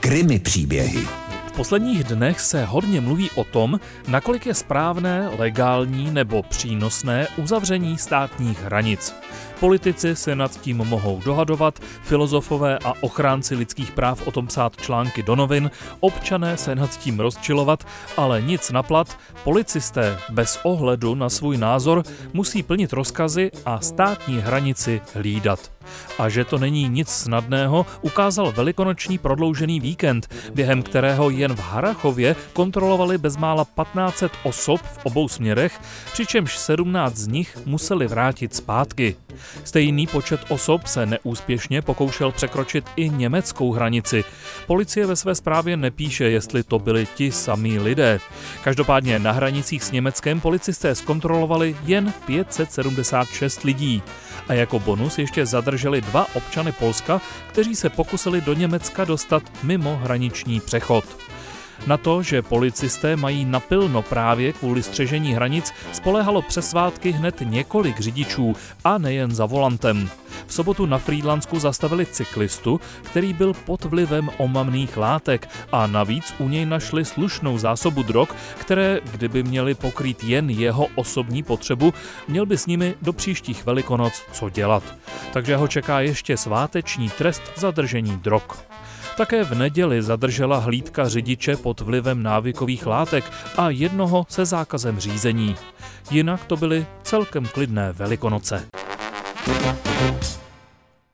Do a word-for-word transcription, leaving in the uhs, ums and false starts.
Krimi příběhy. V posledních dnech se hodně mluví o tom, nakolik je správné, legální nebo přínosné uzavření státních hranic. Politici se nad tím mohou dohadovat, filozofové a ochránci lidských práv o tom psát články do novin, občané se nad tím rozčilovat, ale nic na plat, policisté bez ohledu na svůj názor musí plnit rozkazy a státní hranici hlídat. A že to není nic snadného, ukázal velikonoční prodloužený víkend, během kterého jen v Harrachově kontrolovali bezmála patnáct set osob v obou směrech, přičemž sedmnáct z nich museli vrátit zpátky. Stejný počet osob se neúspěšně pokoušel překročit i německou hranici. Policie ve své zprávě nepíše, jestli to byli ti samí lidé. Každopádně na hranicích s Německem policisté zkontrolovali jen pět set sedmdesát šest lidí. A jako bonus ještě zadrželi dva občany Polska, kteří se pokusili do Německa dostat mimo hraniční přechod. Na to, že policisté mají napilno právě kvůli střežení hranic, spoléhalo přes svátky hned několik řidičů a nejen za volantem. V sobotu na Frýdlansku zastavili cyklistu, který byl pod vlivem omamných látek a navíc u něj našli slušnou zásobu drog, které, kdyby měly pokrýt jen jeho osobní potřebu, měl by s nimi do příštích Velikonoc co dělat. Takže ho čeká ještě sváteční trest za držení drog. Také v neděli zadržela hlídka řidiče pod vlivem návykových látek a jednoho se zákazem řízení. Jinak to byly celkem klidné Velikonoce.